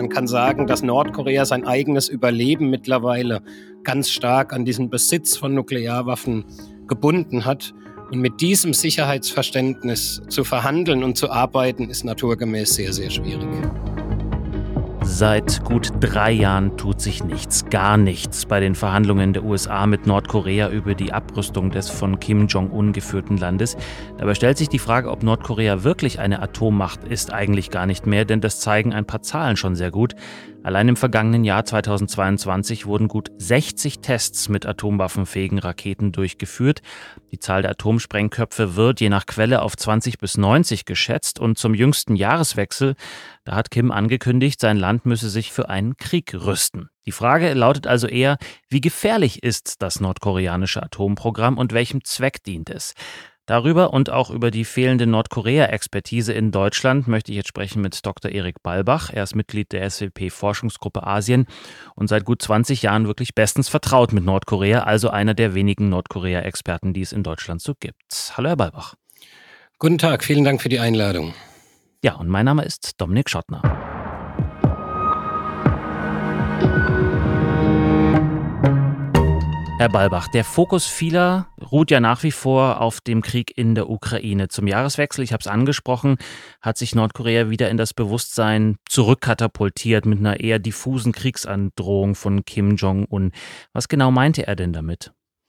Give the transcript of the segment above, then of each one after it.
Man kann sagen, dass Nordkorea sein eigenes Überleben mittlerweile ganz stark an diesen Besitz von Nuklearwaffen gebunden hat. Und mit diesem Sicherheitsverständnis zu verhandeln und zu arbeiten, ist naturgemäß sehr, sehr schwierig. Seit gut 3 Jahren tut sich nichts, gar nichts bei den Verhandlungen der USA mit Nordkorea über die Abrüstung des von Kim Jong-un geführten Landes. Dabei stellt sich die Frage, ob Nordkorea wirklich eine Atommacht ist, eigentlich gar nicht mehr, denn das zeigen ein paar Zahlen schon sehr gut. Allein im vergangenen Jahr 2022 wurden gut 60 Tests mit atomwaffenfähigen Raketen durchgeführt. Die Zahl der Atomsprengköpfe wird je nach Quelle auf 20 bis 90 geschätzt. Und zum jüngsten Jahreswechsel, da hat Kim angekündigt, sein Land müsse sich für einen Krieg rüsten. Die Frage lautet also eher, wie gefährlich ist das nordkoreanische Atomprogramm und welchem Zweck dient es? Darüber und auch über die fehlende Nordkorea-Expertise in Deutschland möchte ich jetzt sprechen mit Dr. Erik Balbach. Er ist Mitglied der SWP-Forschungsgruppe Asien und seit gut 20 Jahren wirklich bestens vertraut mit Nordkorea, also einer der wenigen Nordkorea-Experten, die es in Deutschland so gibt. Hallo, Herr Balbach. Guten Tag, vielen Dank für die Einladung. Ja, und mein Name ist Dominik Schottner. Herr Balbach, der Fokus vieler ruht ja nach wie vor auf dem Krieg in der Ukraine. Zum Jahreswechsel, ich habe es angesprochen, hat sich Nordkorea wieder in das Bewusstsein zurückkatapultiert mit einer eher diffusen Kriegsandrohung von Kim Jong-un. Was genau meinte er denn damit?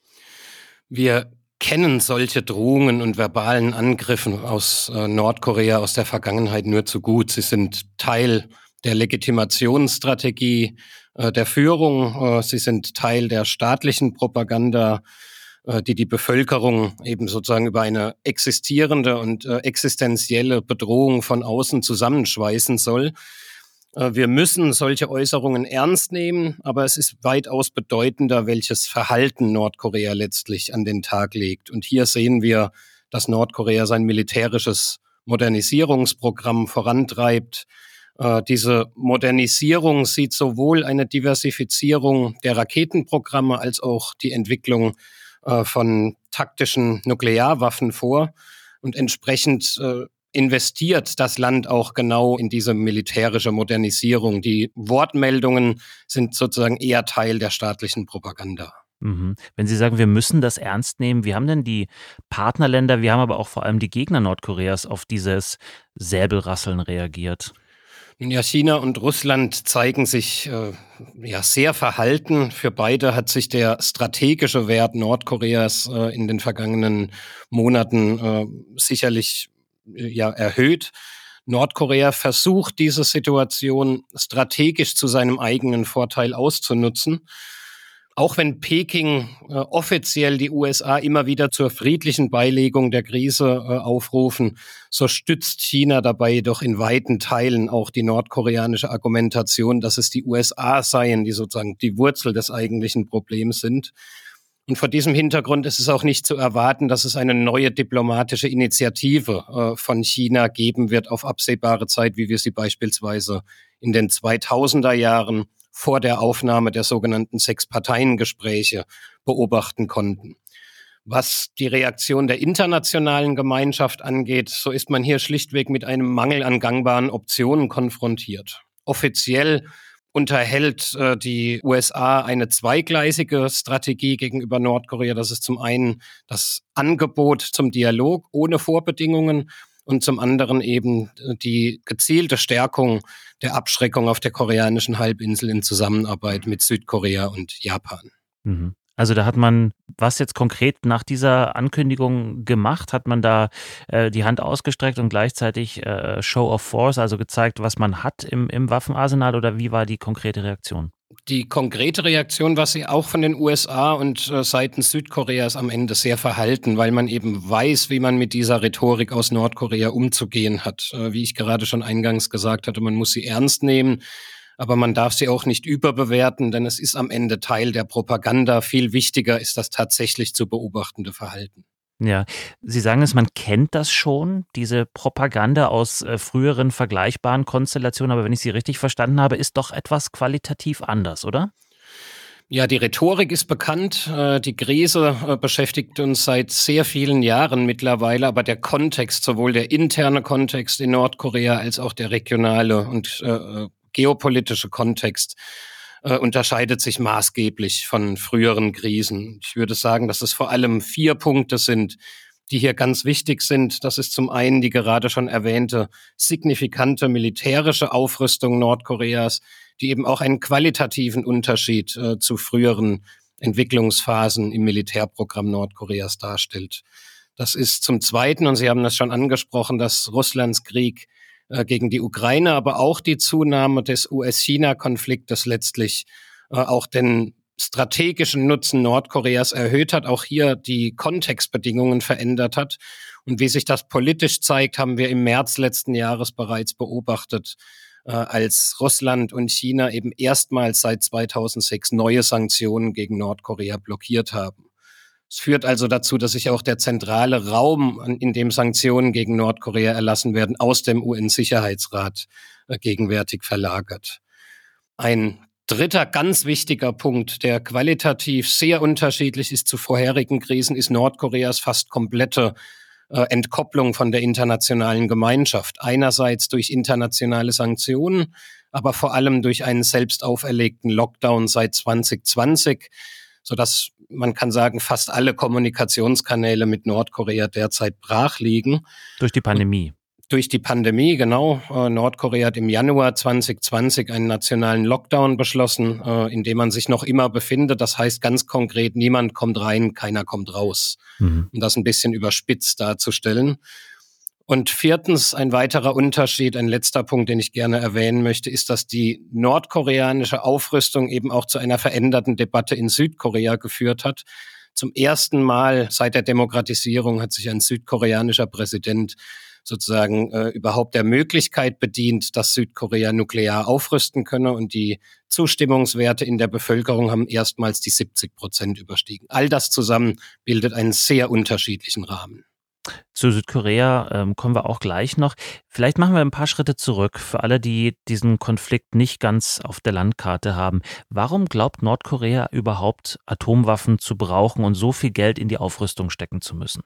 Wir kennen solche Drohungen und verbalen Angriffen aus Nordkorea aus der Vergangenheit nur zu gut. Sie sind Teil der Legitimationsstrategie der Führung. Sie sind Teil der staatlichen Propaganda, die die Bevölkerung eben sozusagen über eine existierende und existenzielle Bedrohung von außen zusammenschweißen soll. Wir müssen solche Äußerungen ernst nehmen, aber es ist weitaus bedeutender, welches Verhalten Nordkorea letztlich an den Tag legt. Und hier sehen wir, dass Nordkorea sein militärisches Modernisierungsprogramm vorantreibt. Diese Modernisierung sieht sowohl eine Diversifizierung der Raketenprogramme als auch die Entwicklung von taktischen Nuklearwaffen vor. Und entsprechend investiert das Land auch genau in diese militärische Modernisierung. Die Wortmeldungen sind sozusagen eher Teil der staatlichen Propaganda. Wenn Sie sagen, wir müssen das ernst nehmen, wie haben denn die Partnerländer, wir haben aber auch vor allem die Gegner Nordkoreas auf dieses Säbelrasseln reagiert? Ja, China und Russland zeigen sich sehr verhalten. Für beide hat sich der strategische Wert Nordkoreas in den vergangenen Monaten sicherlich erhöht. Nordkorea versucht, diese Situation strategisch zu seinem eigenen Vorteil auszunutzen. Auch wenn Peking offiziell die USA immer wieder zur friedlichen Beilegung der Krise aufrufen, so stützt China dabei doch in weiten Teilen auch die nordkoreanische Argumentation, dass es die USA seien, die sozusagen die Wurzel des eigentlichen Problems sind. Und vor diesem Hintergrund ist es auch nicht zu erwarten, dass es eine neue diplomatische Initiative von China geben wird auf absehbare Zeit, wie wir sie beispielsweise in den 2000er Jahren vor der Aufnahme der sogenannten Sechs-Parteien-Gespräche beobachten konnten. Was die Reaktion der internationalen Gemeinschaft angeht, so ist man hier schlichtweg mit einem Mangel an gangbaren Optionen konfrontiert. Offiziell unterhält die USA eine zweigleisige Strategie gegenüber Nordkorea. Das ist zum einen das Angebot zum Dialog ohne Vorbedingungen und zum anderen eben die gezielte Stärkung der Abschreckung auf der koreanischen Halbinsel in Zusammenarbeit mit Südkorea und Japan. Also da hat man, was jetzt konkret nach dieser Ankündigung gemacht, hat man da die Hand ausgestreckt und gleichzeitig Show of Force, also gezeigt, was man hat im Waffenarsenal, oder wie war die konkrete Reaktion? Die konkrete Reaktion war sie auch von den USA und seitens Südkoreas am Ende sehr verhalten, weil man eben weiß, wie man mit dieser Rhetorik aus Nordkorea umzugehen hat. Wie ich gerade schon eingangs gesagt hatte, man muss sie ernst nehmen, aber man darf sie auch nicht überbewerten, denn es ist am Ende Teil der Propaganda. Viel wichtiger ist das tatsächlich zu beobachtende Verhalten. Ja, Sie sagen es, man kennt das schon, diese Propaganda aus früheren vergleichbaren Konstellationen, aber wenn ich Sie richtig verstanden habe, ist doch etwas qualitativ anders, oder? Ja, die Rhetorik ist bekannt. Die Krise beschäftigt uns seit sehr vielen Jahren mittlerweile, aber der Kontext, sowohl der interne Kontext in Nordkorea als auch der regionale und geopolitische Kontext unterscheidet sich maßgeblich von früheren Krisen. Ich würde sagen, dass es vor allem 4 Punkte sind, die hier ganz wichtig sind. Das ist zum einen die gerade schon erwähnte signifikante militärische Aufrüstung Nordkoreas, die eben auch einen qualitativen Unterschied zu früheren Entwicklungsphasen im Militärprogramm Nordkoreas darstellt. Das ist zum Zweiten, und Sie haben das schon angesprochen, dass Russlands Krieg gegen die Ukraine, aber auch die Zunahme des US-China-Konfliktes letztlich auch den strategischen Nutzen Nordkoreas erhöht hat, auch hier die Kontextbedingungen verändert hat. Und wie sich das politisch zeigt, haben wir im März letzten Jahres bereits beobachtet, als Russland und China eben erstmals seit 2006 neue Sanktionen gegen Nordkorea blockiert haben. Es führt also dazu, dass sich auch der zentrale Raum, in dem Sanktionen gegen Nordkorea erlassen werden, aus dem UN-Sicherheitsrat gegenwärtig verlagert. Ein dritter ganz wichtiger Punkt, der qualitativ sehr unterschiedlich ist zu vorherigen Krisen, ist Nordkoreas fast komplette Entkopplung von der internationalen Gemeinschaft. Einerseits durch internationale Sanktionen, aber vor allem durch einen selbst auferlegten Lockdown seit 2020, sodass man kann sagen, fast alle Kommunikationskanäle mit Nordkorea derzeit brach liegen. Durch die Pandemie. Durch die Pandemie, genau. Nordkorea hat im Januar 2020 einen nationalen Lockdown beschlossen, in dem man sich noch immer befindet. Das heißt ganz konkret, niemand kommt rein, keiner kommt raus. Um das ein bisschen überspitzt darzustellen. Und viertens, ein weiterer Unterschied, ein letzter Punkt, den ich gerne erwähnen möchte, ist, dass die nordkoreanische Aufrüstung eben auch zu einer veränderten Debatte in Südkorea geführt hat. Zum ersten Mal seit der Demokratisierung hat sich ein südkoreanischer Präsident sozusagen überhaupt der Möglichkeit bedient, dass Südkorea nuklear aufrüsten könne, und die Zustimmungswerte in der Bevölkerung haben erstmals die 70% überstiegen. All das zusammen bildet einen sehr unterschiedlichen Rahmen. Zu Südkorea kommen wir auch gleich noch. Vielleicht machen wir ein paar Schritte zurück für alle, die diesen Konflikt nicht ganz auf der Landkarte haben. Warum glaubt Nordkorea überhaupt, Atomwaffen zu brauchen und so viel Geld in die Aufrüstung stecken zu müssen?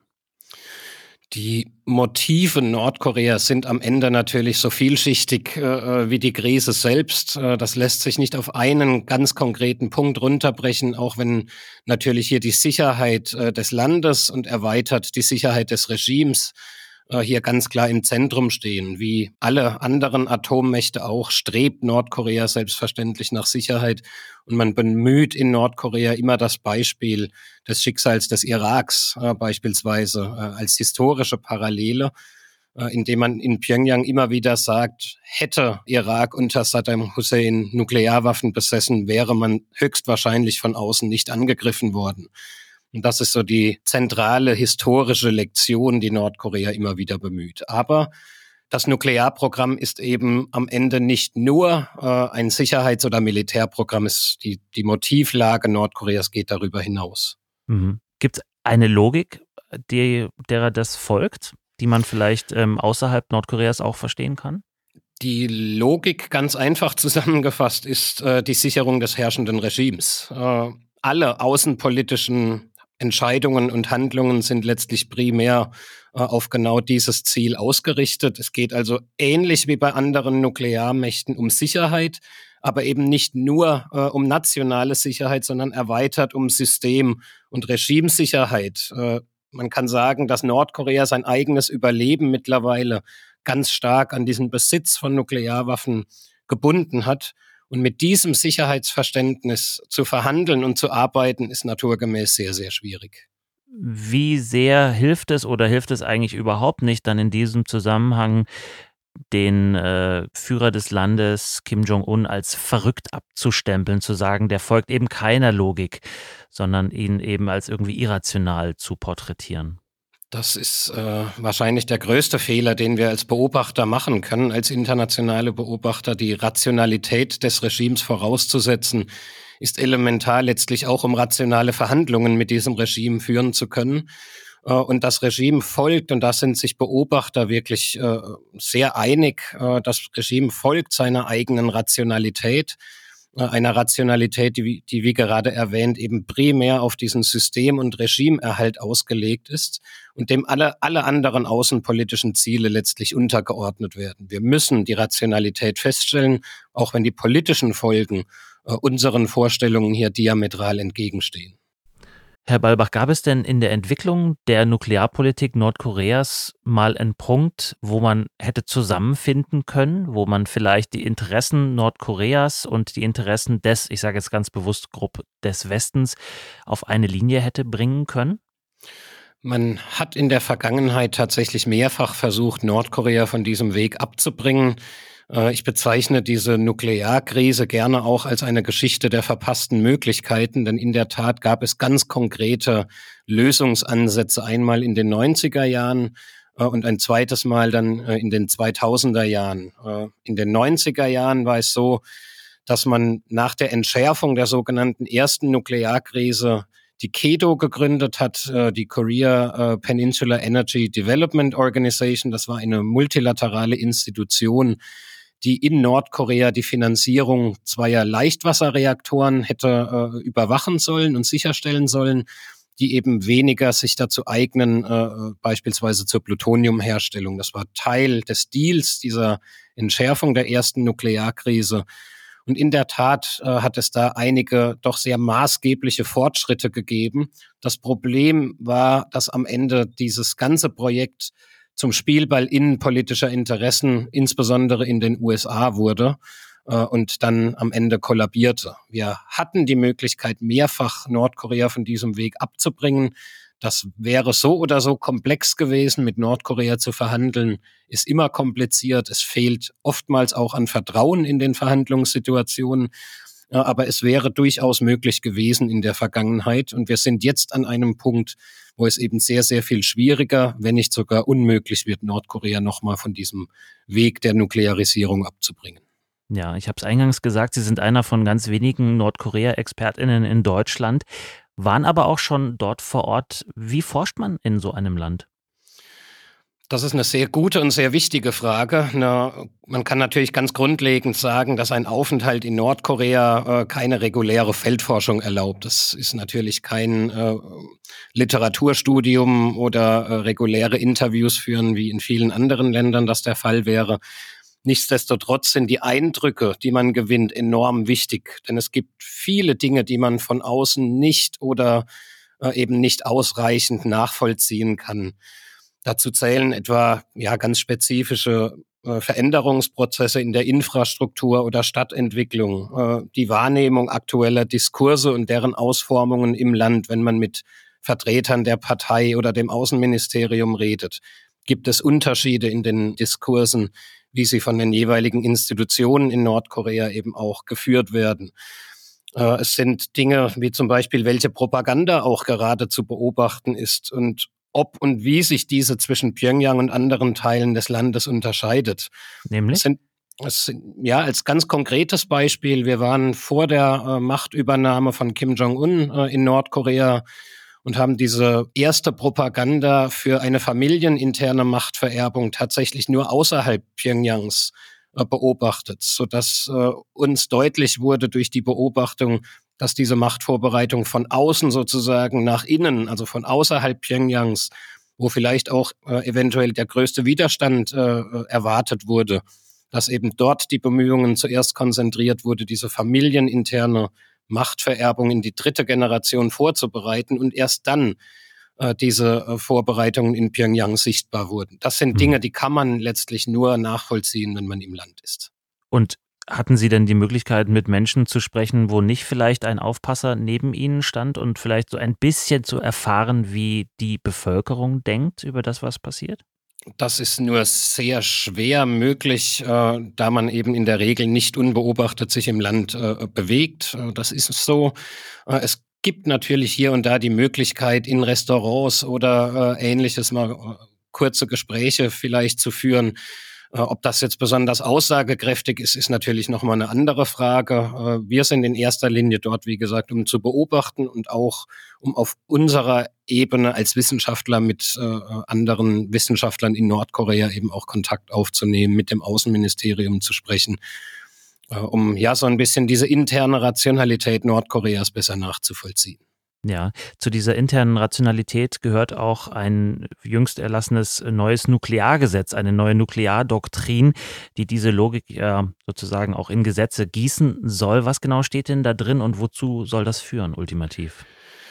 Die Motive Nordkoreas sind am Ende natürlich so vielschichtig wie die Krise selbst. Das lässt sich nicht auf einen ganz konkreten Punkt runterbrechen, auch wenn natürlich hier die Sicherheit des Landes und erweitert die Sicherheit des Regimes hier ganz klar im Zentrum stehen. Wie alle anderen Atommächte auch, strebt Nordkorea selbstverständlich nach Sicherheit. Und man bemüht in Nordkorea immer das Beispiel des Schicksals des Iraks beispielsweise als historische Parallele, indem man in Pjöngjang immer wieder sagt, hätte Irak unter Saddam Hussein Nuklearwaffen besessen, wäre man höchstwahrscheinlich von außen nicht angegriffen worden. Und das ist so die zentrale historische Lektion, die Nordkorea immer wieder bemüht. Aber das Nuklearprogramm ist eben am Ende nicht nur ein Sicherheits- oder Militärprogramm. Die Motivlage Nordkoreas geht darüber hinaus. Gibt es eine Logik, derer das folgt, die man vielleicht außerhalb Nordkoreas auch verstehen kann? Die Logik, ganz einfach zusammengefasst, ist die Sicherung des herrschenden Regimes. Alle außenpolitischen Entscheidungen und Handlungen sind letztlich primär auf genau dieses Ziel ausgerichtet. Es geht also ähnlich wie bei anderen Nuklearmächten um Sicherheit, aber eben nicht nur um nationale Sicherheit, sondern erweitert um System- und Regimesicherheit. Man kann sagen, dass Nordkorea sein eigenes Überleben mittlerweile ganz stark an diesen Besitz von Nuklearwaffen gebunden hat. Und mit diesem Sicherheitsverständnis zu verhandeln und zu arbeiten, ist naturgemäß sehr, sehr schwierig. Wie sehr hilft es oder hilft es eigentlich überhaupt nicht, dann in diesem Zusammenhang den Führer des Landes, Kim Jong-un, als verrückt abzustempeln, zu sagen, der folgt eben keiner Logik, sondern ihn eben als irgendwie irrational zu porträtieren? Das ist wahrscheinlich der größte Fehler, den wir als Beobachter machen können, als internationale Beobachter. Die Rationalität des Regimes vorauszusetzen, ist elementar letztlich auch, um rationale Verhandlungen mit diesem Regime führen zu können. Und das Regime folgt, und da sind sich Beobachter wirklich sehr einig, das Regime folgt seiner eigenen Rationalität. einer Rationalität, die wie gerade erwähnt, eben primär auf diesen System- und Regimeerhalt ausgelegt ist und dem alle anderen außenpolitischen Ziele letztlich untergeordnet werden. Wir müssen die Rationalität feststellen, auch wenn die politischen Folgen unseren Vorstellungen hier diametral entgegenstehen. Herr Balbach, gab es denn in der Entwicklung der Nuklearpolitik Nordkoreas mal einen Punkt, wo man hätte zusammenfinden können, wo man vielleicht die Interessen Nordkoreas und die Interessen des, ich sage jetzt ganz bewusst grob, des Westens auf eine Linie hätte bringen können? Man hat in der Vergangenheit tatsächlich mehrfach versucht, Nordkorea von diesem Weg abzubringen. Ich bezeichne diese Nuklearkrise gerne auch als eine Geschichte der verpassten Möglichkeiten, denn in der Tat gab es ganz konkrete Lösungsansätze, einmal in den 90er Jahren und ein zweites Mal dann in den 2000er Jahren. In den 90er Jahren war es so, dass man nach der Entschärfung der sogenannten ersten Nuklearkrise die KEDO gegründet hat, die Korea Peninsula Energy Development Organization. Das war eine multilaterale Institution, die in Nordkorea die Finanzierung zweier Leichtwasserreaktoren hätte überwachen sollen und sicherstellen sollen, die eben weniger sich dazu eignen, beispielsweise zur Plutoniumherstellung. Das war Teil des Deals dieser Entschärfung der ersten Nuklearkrise. Und in der Tat hat es da einige doch sehr maßgebliche Fortschritte gegeben. Das Problem war, dass am Ende dieses ganze Projekt zum Spielball innenpolitischer Interessen, insbesondere in den USA wurde und dann am Ende kollabierte. Wir hatten die Möglichkeit, mehrfach Nordkorea von diesem Weg abzubringen. Das wäre so oder so komplex gewesen, mit Nordkorea zu verhandeln, ist immer kompliziert. Es fehlt oftmals auch an Vertrauen in den Verhandlungssituationen. Aber es wäre durchaus möglich gewesen in der Vergangenheit. Und wir sind jetzt an einem Punkt, wo es eben sehr, sehr viel schwieriger, wenn nicht sogar unmöglich wird, Nordkorea nochmal von diesem Weg der Nuklearisierung abzubringen. Ja, ich habe es eingangs gesagt, Sie sind einer von ganz wenigen Nordkorea-ExpertInnen in Deutschland, waren aber auch schon dort vor Ort. Wie forscht man in so einem Land? Das ist eine sehr gute und sehr wichtige Frage. Man kann natürlich ganz grundlegend sagen, dass ein Aufenthalt in Nordkorea keine reguläre Feldforschung erlaubt. Das ist natürlich kein Literaturstudium oder reguläre Interviews führen, wie in vielen anderen Ländern das der Fall wäre. Nichtsdestotrotz sind die Eindrücke, die man gewinnt, enorm wichtig. Denn es gibt viele Dinge, die man von außen nicht oder eben nicht ausreichend nachvollziehen kann. Dazu zählen etwa ganz spezifische Veränderungsprozesse in der Infrastruktur oder Stadtentwicklung, die Wahrnehmung aktueller Diskurse und deren Ausformungen im Land, wenn man mit Vertretern der Partei oder dem Außenministerium redet. Gibt es Unterschiede in den Diskursen, wie sie von den jeweiligen Institutionen in Nordkorea eben auch geführt werden? Es sind Dinge wie zum Beispiel, welche Propaganda auch gerade zu beobachten ist und ob und wie sich diese zwischen Pjöngjang und anderen Teilen des Landes unterscheidet. Nämlich? Als ganz konkretes Beispiel, wir waren vor der Machtübernahme von Kim Jong-un in Nordkorea und haben diese erste Propaganda für eine familieninterne Machtvererbung tatsächlich nur außerhalb Pjöngjangs beobachtet, sodass uns deutlich wurde durch die Beobachtung, dass diese Machtvorbereitung von außen sozusagen nach innen, also von außerhalb Pjöngjangs, wo vielleicht auch eventuell der größte Widerstand erwartet wurde, dass eben dort die Bemühungen zuerst konzentriert wurde, diese familieninterne Machtvererbung in die dritte Generation vorzubereiten und erst dann diese Vorbereitungen in Pjöngjang sichtbar wurden. Das sind Dinge, die kann man letztlich nur nachvollziehen, wenn man im Land ist. Und hatten Sie denn die Möglichkeit, mit Menschen zu sprechen, wo nicht vielleicht ein Aufpasser neben Ihnen stand und vielleicht so ein bisschen zu erfahren, wie die Bevölkerung denkt über das, was passiert? Das ist nur sehr schwer möglich, da man eben in der Regel nicht unbeobachtet sich im Land bewegt. Das ist so. Es gibt natürlich hier und da die Möglichkeit, in Restaurants oder Ähnliches mal kurze Gespräche vielleicht zu führen. Ob das jetzt besonders aussagekräftig ist, ist natürlich nochmal eine andere Frage. Wir sind in erster Linie dort, wie gesagt, um zu beobachten und auch um auf unserer Ebene als Wissenschaftler mit anderen Wissenschaftlern in Nordkorea eben auch Kontakt aufzunehmen, mit dem Außenministerium zu sprechen. um ja so ein bisschen diese interne Rationalität Nordkoreas besser nachzuvollziehen. Ja, zu dieser internen Rationalität gehört auch ein jüngst erlassenes neues Nukleargesetz, eine neue Nukleardoktrin, die diese Logik ja sozusagen auch in Gesetze gießen soll. Was genau steht denn da drin und wozu soll das führen, ultimativ?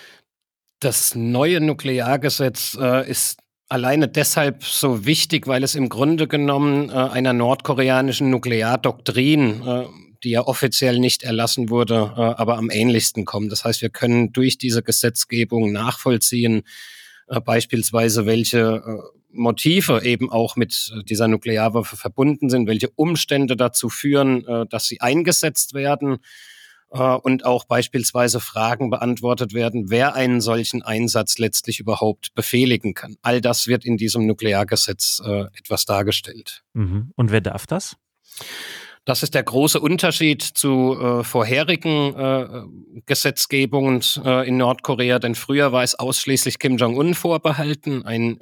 Das neue Nukleargesetz ist alleine deshalb so wichtig, weil es im Grunde genommen einer nordkoreanischen Nukleardoktrin, die ja offiziell nicht erlassen wurde, aber am ähnlichsten kommt. Das heißt, wir können durch diese Gesetzgebung nachvollziehen, beispielsweise welche Motive eben auch mit dieser Nuklearwaffe verbunden sind, welche Umstände dazu führen, dass sie eingesetzt werden, und auch beispielsweise Fragen beantwortet werden, wer einen solchen Einsatz letztlich überhaupt befehligen kann. All das wird in diesem Nukleargesetz etwas dargestellt. Mhm. Und wer darf das? Das ist der große Unterschied zu vorherigen Gesetzgebungen in Nordkorea, denn früher war es ausschließlich Kim Jong-un vorbehalten.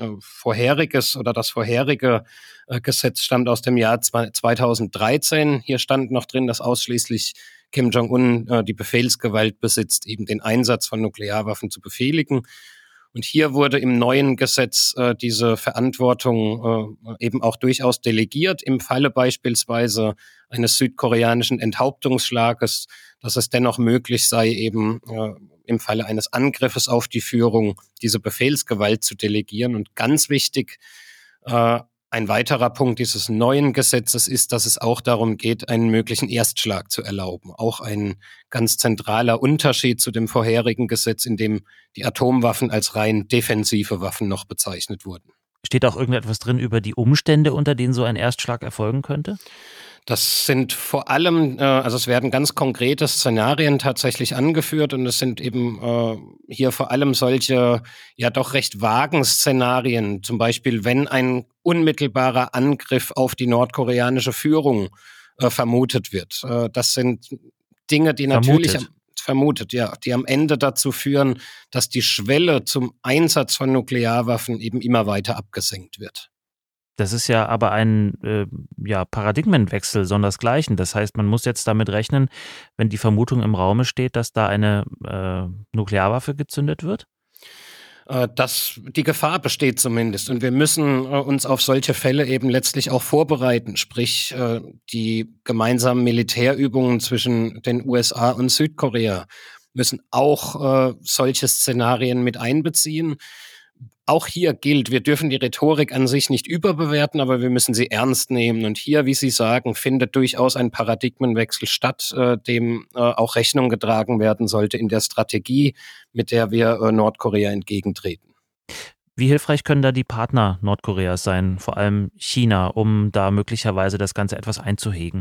Das vorherige Gesetz stammt aus dem Jahr 2013. Hier stand noch drin, dass ausschließlich Kim Jong-un die Befehlsgewalt besitzt, eben den Einsatz von Nuklearwaffen zu befehligen. Und hier wurde im neuen Gesetz diese Verantwortung eben auch durchaus delegiert, im Falle beispielsweise eines südkoreanischen Enthauptungsschlages, dass es dennoch möglich sei, eben im Falle eines Angriffes auf die Führung diese Befehlsgewalt zu delegieren. Und ganz wichtig, ein weiterer Punkt dieses neuen Gesetzes ist, dass es auch darum geht, einen möglichen Erstschlag zu erlauben. Auch ein ganz zentraler Unterschied zu dem vorherigen Gesetz, in dem die Atomwaffen als rein defensive Waffen noch bezeichnet wurden. Steht auch irgendetwas drin über die Umstände, unter denen so ein Erstschlag erfolgen könnte? Das sind vor allem, also es werden ganz konkrete Szenarien tatsächlich angeführt und es sind eben hier vor allem solche ja doch recht vagen Szenarien, zum Beispiel wenn ein unmittelbarer Angriff auf die nordkoreanische Führung vermutet wird. Das sind Dinge, die natürlich vermutet, ja, die am Ende dazu führen, dass die Schwelle zum Einsatz von Nuklearwaffen eben immer weiter abgesenkt wird. Das ist ja aber ein Paradigmenwechsel sondersgleichen. Das heißt, man muss jetzt damit rechnen, wenn die Vermutung im Raume steht, dass da eine Nuklearwaffe gezündet wird? Die Gefahr besteht zumindest. Und wir müssen uns auf solche Fälle eben letztlich auch vorbereiten. Sprich, die gemeinsamen Militärübungen zwischen den USA und Südkorea müssen auch solche Szenarien mit einbeziehen. Auch hier gilt, wir dürfen die Rhetorik an sich nicht überbewerten, aber wir müssen sie ernst nehmen. Und hier, wie Sie sagen, findet durchaus ein Paradigmenwechsel statt, dem auch Rechnung getragen werden sollte in der Strategie, mit der wir Nordkorea entgegentreten. Wie hilfreich können da die Partner Nordkoreas sein, vor allem China, um da möglicherweise das Ganze etwas einzuhegen?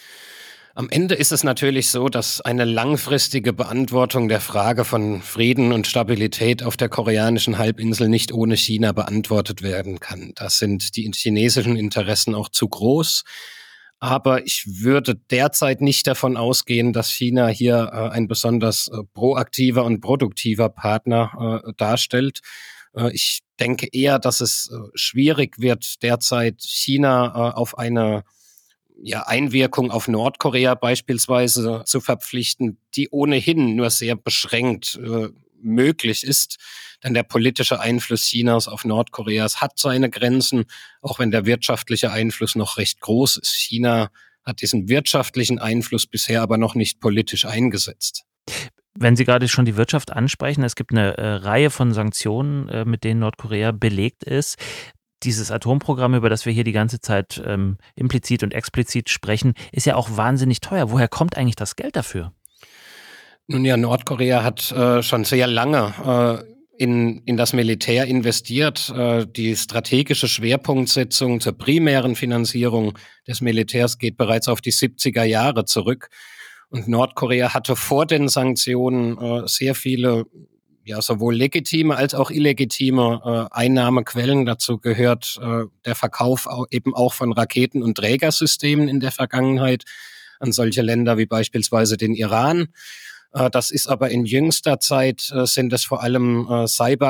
Am Ende ist es natürlich so, dass eine langfristige Beantwortung der Frage von Frieden und Stabilität auf der koreanischen Halbinsel nicht ohne China beantwortet werden kann. Da sind die chinesischen Interessen auch zu groß. Aber ich würde derzeit nicht davon ausgehen, dass China hier ein besonders proaktiver und produktiver Partner darstellt. Ich denke eher, dass es schwierig wird, derzeit China auf eine Einwirkung auf Nordkorea beispielsweise zu verpflichten, die ohnehin nur sehr beschränkt möglich ist. Denn der politische Einfluss Chinas auf Nordkoreas hat seine Grenzen, auch wenn der wirtschaftliche Einfluss noch recht groß ist. China hat diesen wirtschaftlichen Einfluss bisher aber noch nicht politisch eingesetzt. Wenn Sie gerade schon die Wirtschaft ansprechen, es gibt eine Reihe von Sanktionen, mit denen Nordkorea belegt ist. Dieses Atomprogramm, über das wir hier die ganze Zeit implizit und explizit sprechen, ist ja auch wahnsinnig teuer. Woher kommt eigentlich das Geld dafür? Nun ja, Nordkorea hat schon sehr lange in das Militär investiert. Die strategische Schwerpunktsetzung zur primären Finanzierung des Militärs geht bereits auf die 70er Jahre zurück. Und Nordkorea hatte vor den Sanktionen sehr viele sowohl legitime als auch illegitime Einnahmequellen. Dazu gehört der Verkauf eben auch von Raketen- und Trägersystemen in der Vergangenheit an solche Länder wie beispielsweise den Iran. Das ist aber in jüngster Zeit sind es vor allem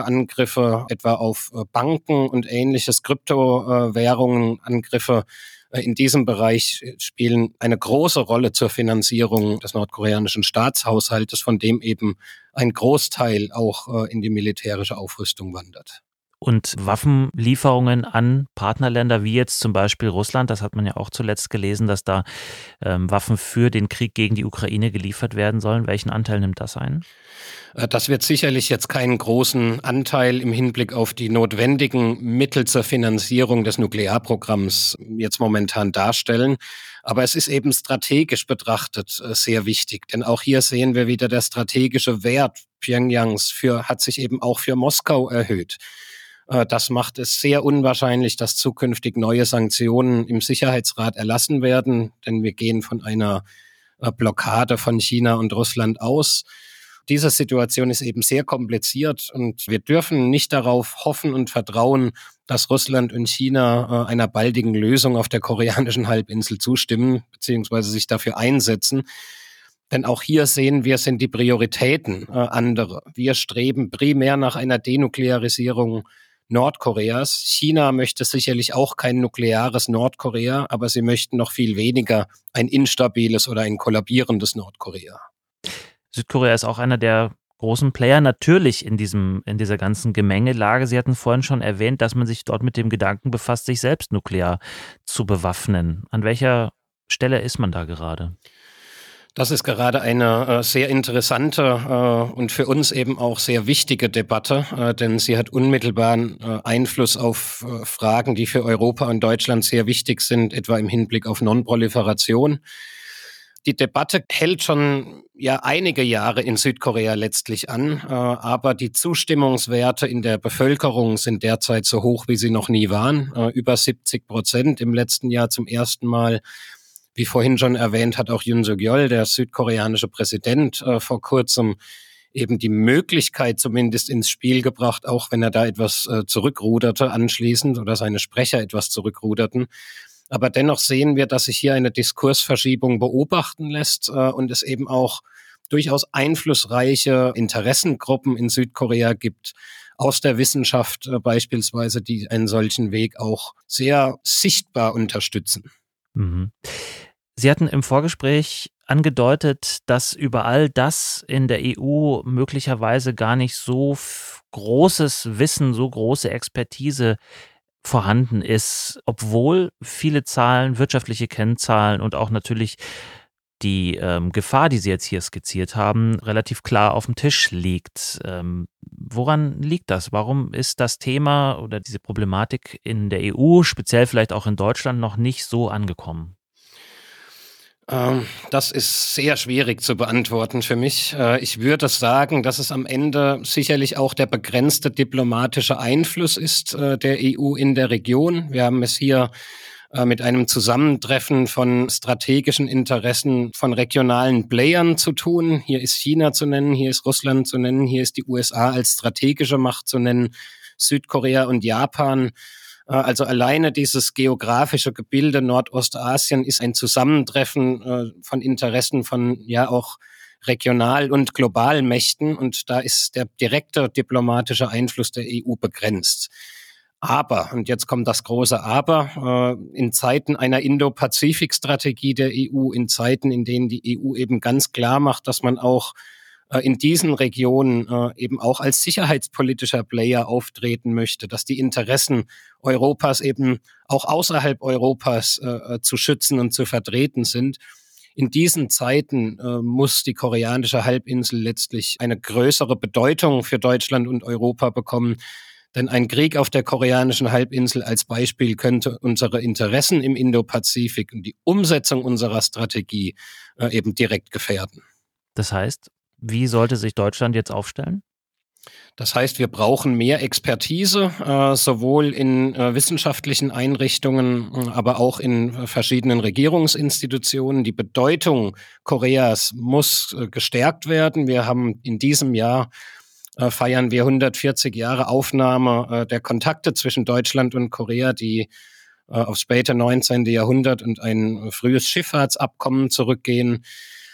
Cyberangriffe etwa auf Banken und ähnliches, Kryptowährungen, Angriffe, in diesem Bereich spielen eine große Rolle zur Finanzierung des nordkoreanischen Staatshaushaltes, von dem eben ein Großteil auch in die militärische Aufrüstung wandert. Und Waffenlieferungen an Partnerländer wie jetzt zum Beispiel Russland, das hat man ja auch zuletzt gelesen, dass da Waffen für den Krieg gegen die Ukraine geliefert werden sollen. Welchen Anteil nimmt das ein? Das wird sicherlich jetzt keinen großen Anteil im Hinblick auf die notwendigen Mittel zur Finanzierung des Nuklearprogramms jetzt momentan darstellen. Aber es ist eben strategisch betrachtet sehr wichtig, denn auch hier sehen wir wieder, der strategische Wert Pjöngjangs hat sich eben auch für Moskau erhöht. Das macht es sehr unwahrscheinlich, dass zukünftig neue Sanktionen im Sicherheitsrat erlassen werden, denn wir gehen von einer Blockade von China und Russland aus. Diese Situation ist eben sehr kompliziert und wir dürfen nicht darauf hoffen und vertrauen, dass Russland und China einer baldigen Lösung auf der koreanischen Halbinsel zustimmen bzw. sich dafür einsetzen. Denn auch hier sehen wir, sind die Prioritäten andere. Wir streben primär nach einer Denuklearisierung Nordkoreas. China möchte sicherlich auch kein nukleares Nordkorea, aber sie möchten noch viel weniger ein instabiles oder ein kollabierendes Nordkorea. Südkorea ist auch einer der großen Player natürlich in dieser ganzen Gemengelage. Sie hatten vorhin schon erwähnt, dass man sich dort mit dem Gedanken befasst, sich selbst nuklear zu bewaffnen. An welcher Stelle ist man da gerade? Das ist gerade eine sehr interessante und für uns eben auch sehr wichtige Debatte, denn sie hat unmittelbaren Einfluss auf Fragen, die für Europa und Deutschland sehr wichtig sind, etwa im Hinblick auf Nonproliferation. Die Debatte hält schon einige Jahre in Südkorea letztlich an, aber die Zustimmungswerte in der Bevölkerung sind derzeit so hoch, wie sie noch nie waren. Über 70% im letzten Jahr zum ersten Mal. Wie vorhin schon erwähnt, hat auch Yoon Suk-yeol, der südkoreanische Präsident, vor kurzem eben die Möglichkeit zumindest ins Spiel gebracht, auch wenn er da etwas zurückruderte anschließend oder seine Sprecher etwas zurückruderten. Aber dennoch sehen wir, dass sich hier eine Diskursverschiebung beobachten lässt und es eben auch durchaus einflussreiche Interessengruppen in Südkorea gibt, aus der Wissenschaft beispielsweise, die einen solchen Weg auch sehr sichtbar unterstützen. Mhm. Sie hatten im Vorgespräch angedeutet, dass über all das in der EU möglicherweise gar nicht so großes Wissen, so große Expertise vorhanden ist, obwohl viele Zahlen, wirtschaftliche Kennzahlen und auch natürlich die Gefahr, die Sie jetzt hier skizziert haben, relativ klar auf dem Tisch liegt. Woran liegt das? Warum ist das Thema oder diese Problematik in der EU, speziell vielleicht auch in Deutschland, noch nicht so angekommen? Das ist sehr schwierig zu beantworten für mich. Ich würde sagen, dass es am Ende sicherlich auch der begrenzte diplomatische Einfluss ist der EU in der Region. Wir haben es hier mit einem Zusammentreffen von strategischen Interessen von regionalen Playern zu tun. Hier ist China zu nennen, hier ist Russland zu nennen, hier ist die USA als strategische Macht zu nennen, Südkorea und Japan. Also alleine dieses geografische Gebilde Nordostasien ist ein Zusammentreffen von Interessen von auch Regional- und Globalmächten und da ist der direkte diplomatische Einfluss der EU begrenzt. Aber, und jetzt kommt das große Aber, in Zeiten einer Indo-Pazifik-Strategie der EU, in Zeiten, in denen die EU eben ganz klar macht, dass man auch in diesen Regionen eben auch als sicherheitspolitischer Player auftreten möchte, dass die Interessen Europas eben auch außerhalb Europas zu schützen und zu vertreten sind. In diesen Zeiten muss die koreanische Halbinsel letztlich eine größere Bedeutung für Deutschland und Europa bekommen. Denn ein Krieg auf der koreanischen Halbinsel als Beispiel könnte unsere Interessen im Indo-Pazifik und die Umsetzung unserer Strategie eben direkt gefährden. Das heißt, wie sollte sich Deutschland jetzt aufstellen? Das heißt, wir brauchen mehr Expertise, sowohl in wissenschaftlichen Einrichtungen, aber auch in verschiedenen Regierungsinstitutionen. Die Bedeutung Koreas muss gestärkt werden. Wir haben in diesem Jahr feiern wir 140 Jahre Aufnahme der Kontakte zwischen Deutschland und Korea, die aufs späte 19. Jahrhundert und ein frühes Schifffahrtsabkommen zurückgehen.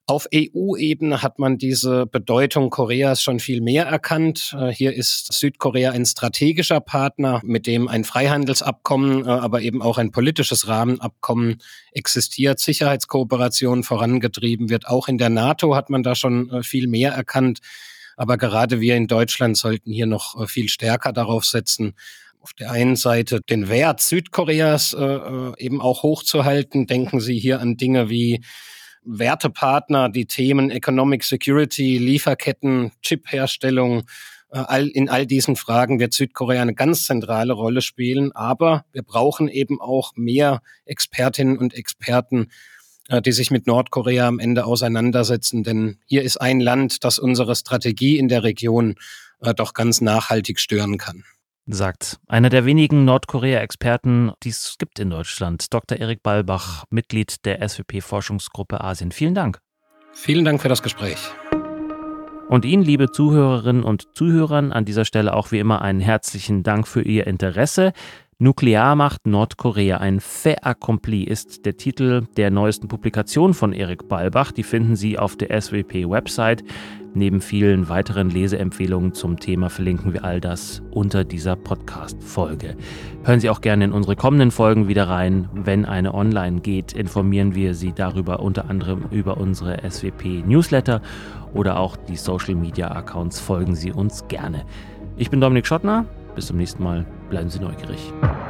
Auf EU-Ebene hat man diese Bedeutung Koreas schon viel mehr erkannt. Hier ist Südkorea ein strategischer Partner, mit dem ein Freihandelsabkommen, aber eben auch ein politisches Rahmenabkommen existiert, Sicherheitskooperation vorangetrieben wird. Auch in der NATO hat man da schon viel mehr erkannt. Aber gerade wir in Deutschland sollten hier noch viel stärker darauf setzen, auf der einen Seite den Wert Südkoreas eben auch hochzuhalten. Denken Sie hier an Dinge wie Wertepartner, die Themen Economic Security, Lieferketten, Chipherstellung. In all diesen Fragen wird Südkorea eine ganz zentrale Rolle spielen. Aber wir brauchen eben auch mehr Expertinnen und Experten, die sich mit Nordkorea am Ende auseinandersetzen. Denn hier ist ein Land, das unsere Strategie in der Region doch ganz nachhaltig stören kann. Sagt einer der wenigen Nordkorea-Experten, die es gibt in Deutschland, Dr. Erik Balbach, Mitglied der SWP-Forschungsgruppe Asien. Vielen Dank. Vielen Dank für das Gespräch. Und Ihnen, liebe Zuhörerinnen und Zuhörern, an dieser Stelle auch wie immer einen herzlichen Dank für Ihr Interesse. Nuklearmacht Nordkorea, ein fait accompli ist der Titel der neuesten Publikation von Erik Balbach. Die finden Sie auf der SWP-Website. Neben vielen weiteren Leseempfehlungen zum Thema verlinken wir all das unter dieser Podcast-Folge. Hören Sie auch gerne in unsere kommenden Folgen wieder rein. Wenn eine online geht, informieren wir Sie darüber unter anderem über unsere SWP-Newsletter oder auch die Social-Media-Accounts. Folgen Sie uns gerne. Ich bin Dominik Schottner. Bis zum nächsten Mal. Bleiben Sie neugierig.